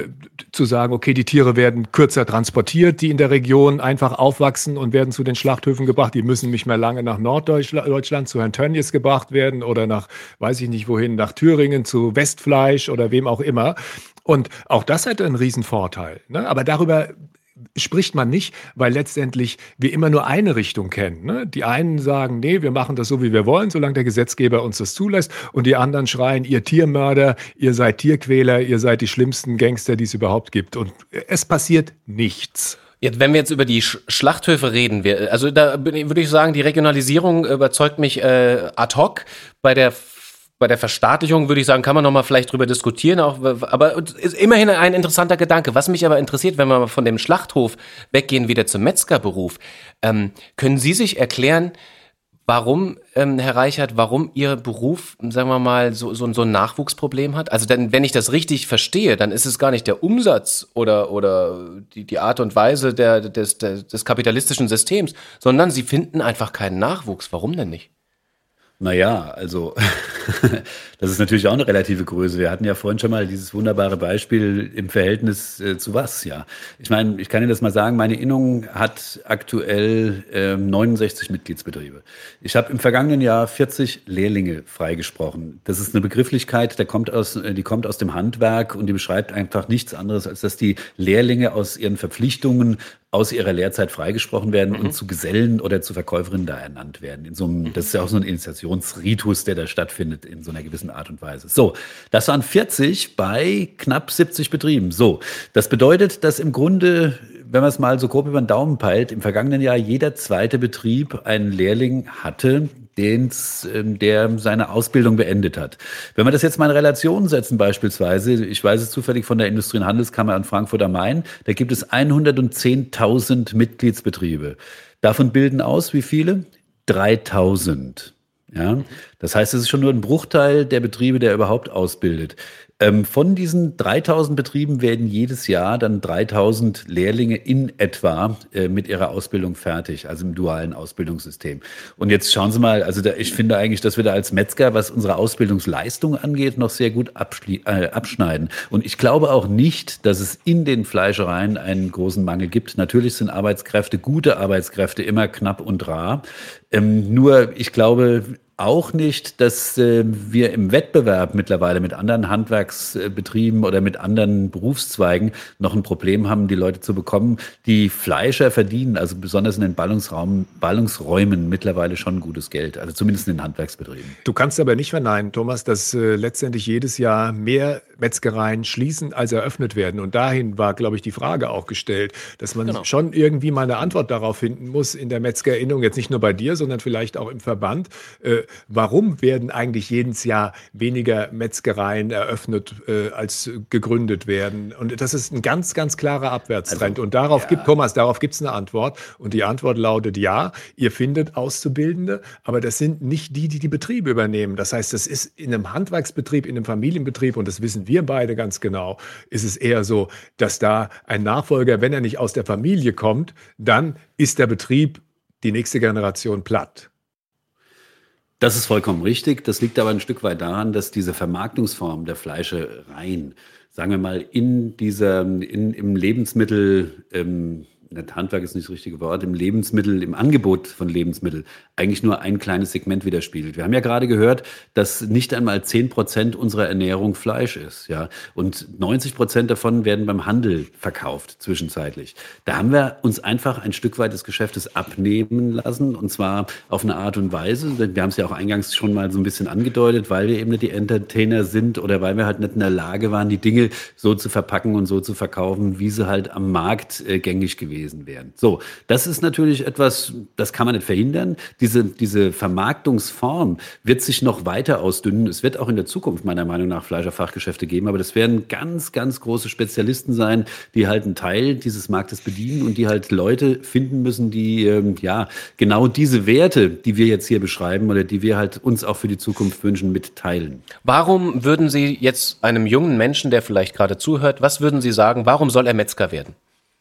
zu sagen, okay, die Tiere werden kürzer transportiert, die in der Region einfach aufwachsen und werden zu den Schlachthöfen gebracht. Die müssen nicht mehr lange nach Norddeutschland zu Herrn Tönnies gebracht werden oder nach, weiß ich nicht wohin, nach Thüringen zu Westfleisch oder wem auch immer. Und auch das hat einen Riesenvorteil. Ne? Aber darüber spricht man nicht, weil letztendlich wir immer nur eine Richtung kennen. Ne? Die einen sagen, nee, wir machen das so, wie wir wollen, solange der Gesetzgeber uns das zulässt. Und die anderen schreien, ihr Tiermörder, ihr seid Tierquäler, ihr seid die schlimmsten Gangster, die es überhaupt gibt. Und es passiert nichts. Jetzt, wenn wir jetzt über die Schlachthöfe reden, also da würde ich sagen, die Regionalisierung überzeugt mich ad hoc. Bei der Verstaatlichung würde ich sagen, kann man noch mal vielleicht drüber diskutieren, aber ist immerhin ein interessanter Gedanke. Was mich aber interessiert, wenn wir mal von dem Schlachthof weggehen, wieder zum Metzgerberuf, können Sie sich erklären, warum, Herr Reichert, warum Ihr Beruf, sagen wir mal, so ein Nachwuchsproblem hat? Also denn, wenn ich das richtig verstehe, dann ist es gar nicht der Umsatz oder die Art und Weise des kapitalistischen Systems, sondern Sie finden einfach keinen Nachwuchs. Warum denn nicht? Naja, also das ist natürlich auch eine relative Größe. Wir hatten ja vorhin schon mal dieses wunderbare Beispiel im Verhältnis zu was, ja. Ich meine, ich kann Ihnen das mal sagen, meine Innung hat aktuell 69 Mitgliedsbetriebe. Ich habe im vergangenen Jahr 40 Lehrlinge freigesprochen. Das ist eine Begrifflichkeit, die kommt aus dem Handwerk und die beschreibt einfach nichts anderes, als dass die Lehrlinge aus ihren Verpflichtungen aus ihrer Lehrzeit freigesprochen werden und zu Gesellen oder zu Verkäuferinnen da ernannt werden. Das ist ja auch so ein Initiationsritus, der da stattfindet in so einer gewissen Art und Weise. So, das waren 40 bei knapp 70 Betrieben. So, das bedeutet, dass im Grunde, wenn man es mal so grob über den Daumen peilt, im vergangenen Jahr jeder zweite Betrieb einen Lehrling hatte, der seine Ausbildung beendet hat. Wenn wir das jetzt mal in Relation setzen beispielsweise, ich weiß es zufällig von der Industrie- und Handelskammer an Frankfurt am Main, da gibt es 110.000 Mitgliedsbetriebe. Davon bilden aus wie viele? 3000. Ja, das heißt, es ist schon nur ein Bruchteil der Betriebe, der überhaupt ausbildet. Von diesen 3000 Betrieben werden jedes Jahr dann 3000 Lehrlinge in etwa mit ihrer Ausbildung fertig, also im dualen Ausbildungssystem. Und jetzt schauen Sie mal, also ich finde eigentlich, dass wir da als Metzger, was unsere Ausbildungsleistung angeht, noch sehr gut abschneiden. Und ich glaube auch nicht, dass es in den Fleischereien einen großen Mangel gibt. Natürlich sind Arbeitskräfte, gute Arbeitskräfte, immer knapp und rar. Nur ich glaube auch nicht, dass wir im Wettbewerb mittlerweile mit anderen Handwerksbetrieben oder mit anderen Berufszweigen noch ein Problem haben, die Leute zu bekommen. Die Fleischer verdienen, also besonders in den Ballungsräumen mittlerweile schon gutes Geld, also zumindest in den Handwerksbetrieben. Du kannst aber nicht verneinen, Thomas, dass letztendlich jedes Jahr mehr Metzgereien schließen, als eröffnet werden. Und dahin war, glaube ich, die Frage auch gestellt, dass man schon irgendwie mal eine Antwort darauf finden muss in der Metzgerinnung, jetzt nicht nur bei dir, sondern vielleicht auch im Verband. Warum werden eigentlich jedes Jahr weniger Metzgereien eröffnet, als gegründet werden? Und das ist ein ganz, ganz klarer Abwärtstrend. Und darauf gibt es eine Antwort. Und die Antwort lautet, ja, ihr findet Auszubildende, aber das sind nicht die Betriebe übernehmen. Das heißt, das ist in einem Handwerksbetrieb, in einem Familienbetrieb, und das wissen wir beide ganz genau, ist es eher so, dass da ein Nachfolger, wenn er nicht aus der Familie kommt, dann ist der Betrieb die nächste Generation platt. Das ist vollkommen richtig. Das liegt aber ein Stück weit daran, dass diese Vermarktungsform der Fleischereien, sagen wir mal, im Lebensmittel, Handwerk ist nicht das richtige Wort, im Angebot von Lebensmitteln eigentlich nur ein kleines Segment widerspiegelt. Wir haben ja gerade gehört, dass nicht einmal 10% unserer Ernährung Fleisch ist, ja. Und 90% davon werden beim Handel verkauft, zwischenzeitlich. Da haben wir uns einfach ein Stück weit des Geschäftes abnehmen lassen, und zwar auf eine Art und Weise. Wir haben es ja auch eingangs schon mal so ein bisschen angedeutet, weil wir eben nicht die Entertainer sind oder weil wir halt nicht in der Lage waren, die Dinge so zu verpacken und so zu verkaufen, wie sie halt am Markt gängig gewesen wären. So, das ist natürlich etwas, das kann man nicht verhindern. Diese Vermarktungsform wird sich noch weiter ausdünnen. Es wird auch in der Zukunft meiner Meinung nach Fleischerfachgeschäfte geben, aber das werden ganz, ganz große Spezialisten sein, die halt einen Teil dieses Marktes bedienen und die halt Leute finden müssen, die genau diese Werte, die wir jetzt hier beschreiben oder die wir halt uns auch für die Zukunft wünschen, mitteilen. Warum würden Sie jetzt einem jungen Menschen, der vielleicht gerade zuhört, was würden Sie sagen, warum soll er Metzger werden?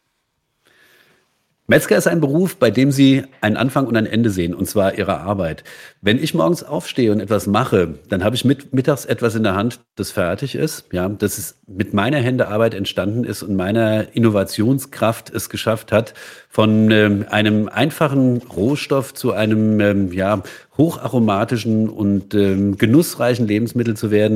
Metzger ist ein Beruf, bei dem Sie einen Anfang und ein Ende sehen, und zwar Ihrer Arbeit. Wenn ich morgens aufstehe und etwas mache, dann habe ich mittags etwas in der Hand, das fertig ist, ja, das ist mit meiner Hände Arbeit entstanden ist und meiner Innovationskraft es geschafft hat, von einem einfachen Rohstoff zu einem hocharomatischen und genussreichen Lebensmittel zu werden.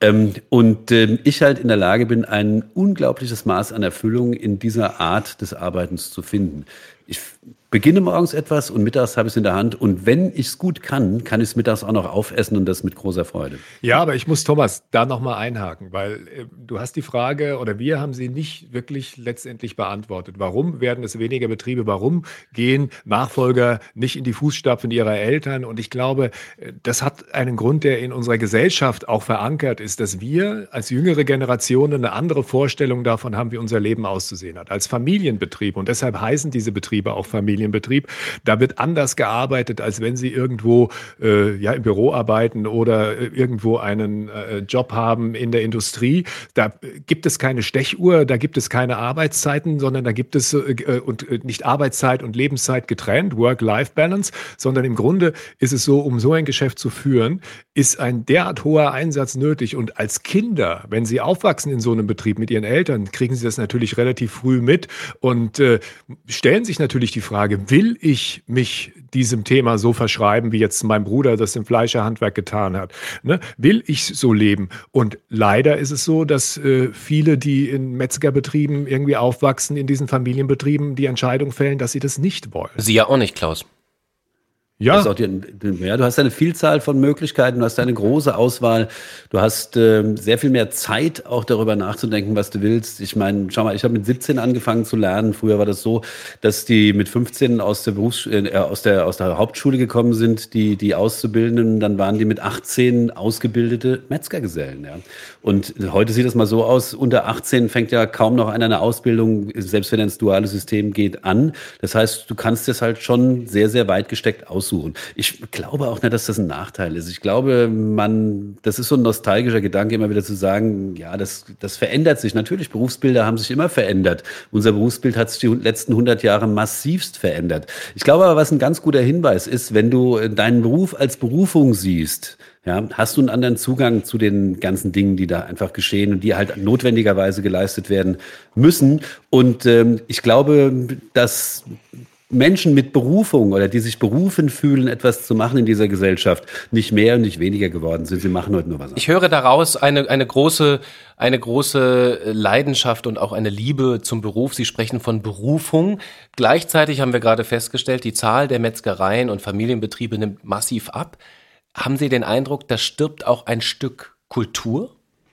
Ich halt in der Lage bin, ein unglaubliches Maß an Erfüllung in dieser Art des Arbeitens zu finden. Ich beginne morgens etwas und mittags habe ich es in der Hand. Und wenn ich es gut kann, kann ich es mittags auch noch aufessen, und das mit großer Freude. Ja, aber ich muss, Thomas, da nochmal einhaken, weil du hast die Frage, oder wir haben sie nicht wirklich letztendlich beantwortet. Warum werden es weniger Betriebe? Warum gehen Nachfolger nicht in die Fußstapfen ihrer Eltern? Und ich glaube, das hat einen Grund, der in unserer Gesellschaft auch verankert ist, dass wir als jüngere Generation eine andere Vorstellung davon haben, wie unser Leben auszusehen hat. Als Familienbetrieb. Und deshalb heißen diese Betriebe auch Familienbetrieb. Da wird anders gearbeitet, als wenn Sie irgendwo im Büro arbeiten oder irgendwo einen Job haben in der Industrie. Da gibt es keine Stechuhr, da gibt es keine Arbeitszeiten, sondern da gibt es nicht Arbeitszeit und Lebenszeit getrennt, Work-Life-Balance, sondern im Grunde ist es so, um so ein Geschäft zu führen, ist ein derart hoher Einsatz nötig. Und als Kinder, wenn Sie aufwachsen in so einem Betrieb mit Ihren Eltern, kriegen Sie das natürlich relativ früh mit und stellen sich natürlich die Frage, will ich mich diesem Thema so verschreiben, wie jetzt mein Bruder das im Fleischerhandwerk getan hat? Ne? Will ich so leben? Und leider ist es so, dass viele, die in Metzgerbetrieben irgendwie aufwachsen, in diesen Familienbetrieben, die Entscheidung fällen, dass sie das nicht wollen. Sie ja auch nicht, Klaus. Ja. Du hast eine Vielzahl von Möglichkeiten, du hast eine große Auswahl, du hast sehr viel mehr Zeit, auch darüber nachzudenken, was du willst. Ich meine, schau mal, ich habe mit 17 angefangen zu lernen. Früher war das so, dass die mit 15 aus der Hauptschule gekommen sind, die Auszubildenden, dann waren die mit 18 ausgebildete Metzgergesellen. Ja. Und heute sieht es mal so aus, unter 18 fängt ja kaum noch einer eine Ausbildung, selbst wenn er ins duale System geht, an. Das heißt, du kannst das halt schon sehr, sehr weit gesteckt aussuchen. aussuchen. Ich glaube auch nicht, dass das ein Nachteil ist. Ich glaube, das ist so ein nostalgischer Gedanke, immer wieder zu sagen, ja, das verändert sich. Natürlich, Berufsbilder haben sich immer verändert. Unser Berufsbild hat sich die letzten 100 Jahre massivst verändert. Ich glaube aber, was ein ganz guter Hinweis ist, wenn du deinen Beruf als Berufung siehst, ja, hast du einen anderen Zugang zu den ganzen Dingen, die da einfach geschehen und die halt notwendigerweise geleistet werden müssen. Und ich glaube, dass Menschen mit Berufung oder die sich berufen fühlen, etwas zu machen in dieser Gesellschaft, nicht mehr und nicht weniger geworden sind. Sie machen heute nur was anderes. Ich höre daraus eine große Leidenschaft und auch eine Liebe zum Beruf. Sie sprechen von Berufung. Gleichzeitig haben wir gerade festgestellt, die Zahl der Metzgereien und Familienbetriebe nimmt massiv ab. Haben Sie den Eindruck, da stirbt auch ein Stück Kultur?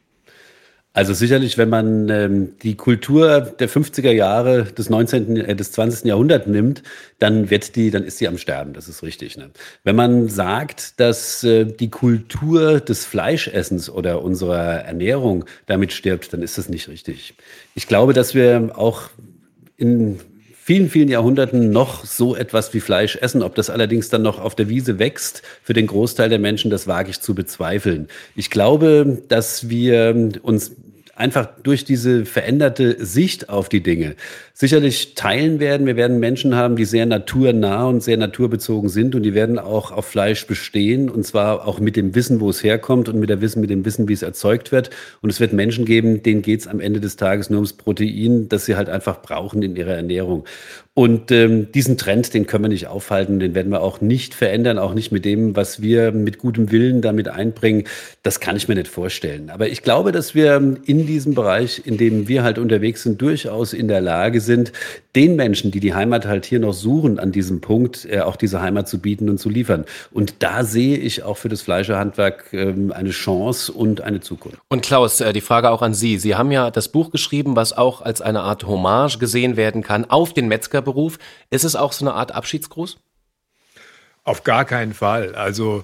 Also sicherlich, wenn man die Kultur der 50er Jahre des 20. Jahrhunderts nimmt, dann ist die am Sterben, das ist richtig. Ne? Wenn man sagt, dass die Kultur des Fleischessens oder unserer Ernährung damit stirbt, dann ist das nicht richtig. Ich glaube, dass wir auch in vielen, vielen Jahrhunderten noch so etwas wie Fleisch essen. Ob das allerdings dann noch auf der Wiese wächst, für den Großteil der Menschen, das wage ich zu bezweifeln. Ich glaube, dass wir uns einfach durch diese veränderte Sicht auf die Dinge sicherlich teilen werden. Wir werden Menschen haben, die sehr naturnah und sehr naturbezogen sind und die werden auch auf Fleisch bestehen und zwar auch mit dem Wissen, wo es herkommt und mit dem Wissen, wie es erzeugt wird. Und es wird Menschen geben, denen geht es am Ende des Tages nur ums Protein, das sie halt einfach brauchen in ihrer Ernährung. Und diesen Trend, den können wir nicht aufhalten, den werden wir auch nicht verändern, auch nicht mit dem, was wir mit gutem Willen damit einbringen. Das kann ich mir nicht vorstellen. Aber ich glaube, dass wir in diesem Bereich, in dem wir halt unterwegs sind, durchaus in der Lage sind, den Menschen, die die Heimat halt hier noch suchen, an diesem Punkt auch diese Heimat zu bieten und zu liefern. Und da sehe ich auch für das Fleischerhandwerk eine Chance und eine Zukunft. Und Klaus, die Frage auch an Sie. Sie haben ja das Buch geschrieben, was auch als eine Art Hommage gesehen werden kann auf den Metzgerberuf. Ist es auch so eine Art Abschiedsgruß? Auf gar keinen Fall. Also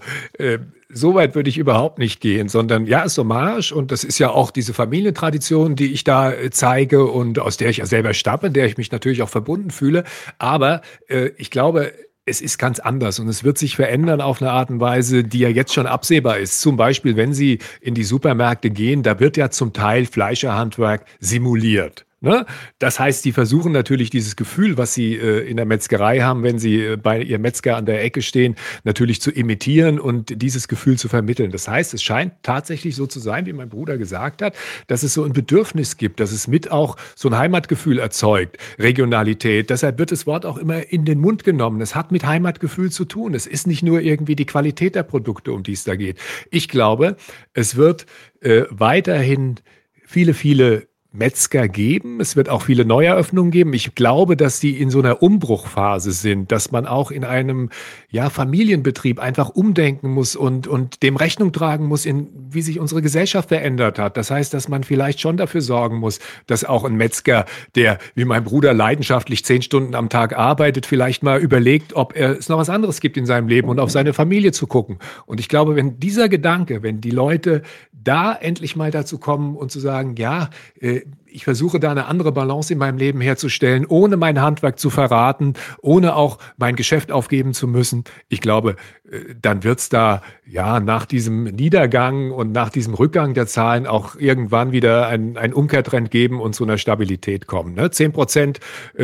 so weit würde ich überhaupt nicht gehen, sondern ja, es ist Hommage und das ist ja auch diese Familientradition, die ich da zeige und aus der ich ja selber stamme, der ich mich natürlich auch verbunden fühle. Aber ich glaube, es ist ganz anders und es wird sich verändern auf eine Art und Weise, die ja jetzt schon absehbar ist. Zum Beispiel, wenn Sie in die Supermärkte gehen, da wird ja zum Teil Fleischerhandwerk simuliert. Ne? Das heißt, die versuchen natürlich dieses Gefühl, was sie in der Metzgerei haben, wenn sie bei ihrem Metzger an der Ecke stehen, natürlich zu imitieren und dieses Gefühl zu vermitteln. Das heißt, es scheint tatsächlich so zu sein, wie mein Bruder gesagt hat, dass es so ein Bedürfnis gibt, dass es mit auch so ein Heimatgefühl erzeugt, Regionalität. Deshalb wird das Wort auch immer in den Mund genommen. Es hat mit Heimatgefühl zu tun. Es ist nicht nur irgendwie die Qualität der Produkte, um die es da geht. Ich glaube, es wird weiterhin viele Metzger geben. Es wird auch viele Neueröffnungen geben. Ich glaube, dass die in so einer Umbruchphase sind, dass man auch in einem Familienbetrieb einfach umdenken muss und dem Rechnung tragen muss, wie sich unsere Gesellschaft verändert hat. Das heißt, dass man vielleicht schon dafür sorgen muss, dass auch ein Metzger, der wie mein Bruder leidenschaftlich 10 Stunden am Tag arbeitet, vielleicht mal überlegt, ob es noch was anderes gibt in seinem Leben und auf seine Familie zu gucken. Und ich glaube, wenn dieser Gedanke, wenn die Leute da endlich mal dazu kommen und zu sagen, ich versuche da eine andere Balance in meinem Leben herzustellen, ohne mein Handwerk zu verraten, ohne auch mein Geschäft aufgeben zu müssen. Ich glaube, dann wird's da nach diesem Niedergang und nach diesem Rückgang der Zahlen auch irgendwann wieder ein Umkehrtrend geben und zu einer Stabilität kommen. 10%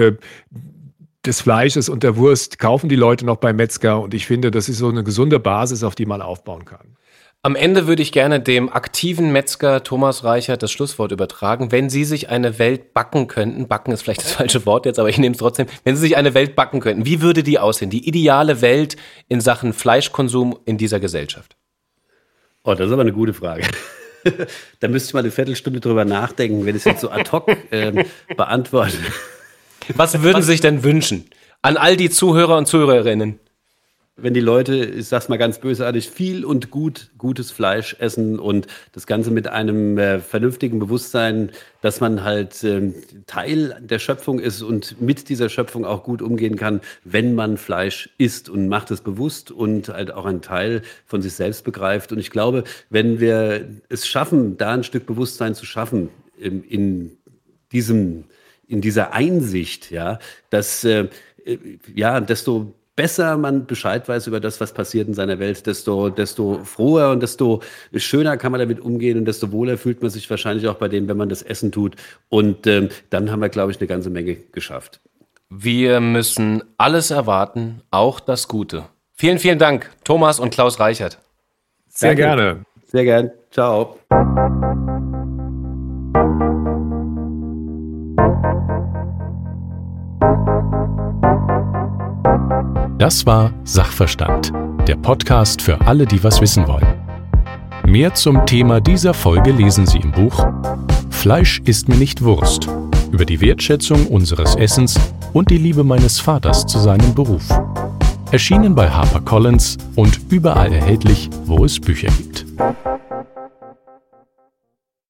des Fleisches und der Wurst kaufen die Leute noch beim Metzger und ich finde, das ist so eine gesunde Basis, auf die man aufbauen kann. Am Ende würde ich gerne dem aktiven Metzger Thomas Reichert das Schlusswort übertragen. Wenn Sie sich eine Welt backen könnten, backen ist vielleicht das falsche Wort jetzt, aber ich nehme es trotzdem, wenn Sie sich eine Welt backen könnten, wie würde die aussehen? Die ideale Welt in Sachen Fleischkonsum in dieser Gesellschaft? Oh, das ist aber eine gute Frage. Da müsste ich mal eine Viertelstunde drüber nachdenken, wenn ich es jetzt so ad hoc beantworte. Was würden Sie sich denn wünschen an all die Zuhörer und Zuhörerinnen? Wenn die Leute, ich sag's mal ganz bösartig, viel und gutes Fleisch essen und das Ganze mit einem vernünftigen Bewusstsein, dass man halt Teil der Schöpfung ist und mit dieser Schöpfung auch gut umgehen kann, wenn man Fleisch isst und macht es bewusst und halt auch einen Teil von sich selbst begreift. Und ich glaube, wenn wir es schaffen, da ein Stück Bewusstsein zu schaffen, in dieser Einsicht, dass desto besser man Bescheid weiß über das, was passiert in seiner Welt, desto froher und desto schöner kann man damit umgehen und desto wohler fühlt man sich wahrscheinlich auch bei dem, wenn man das Essen tut. Und dann haben wir, glaube ich, eine ganze Menge geschafft. Wir müssen alles erwarten, auch das Gute. Vielen, vielen Dank, Thomas und Klaus Reichert. Sehr Danke. gerne. Sehr gern. Ciao. Das war Sachverstand, der Podcast für alle, die was wissen wollen. Mehr zum Thema dieser Folge lesen Sie im Buch Fleisch ist mir nicht Wurst, über die Wertschätzung unseres Essens und die Liebe meines Vaters zu seinem Beruf. Erschienen bei HarperCollins und überall erhältlich, wo es Bücher gibt.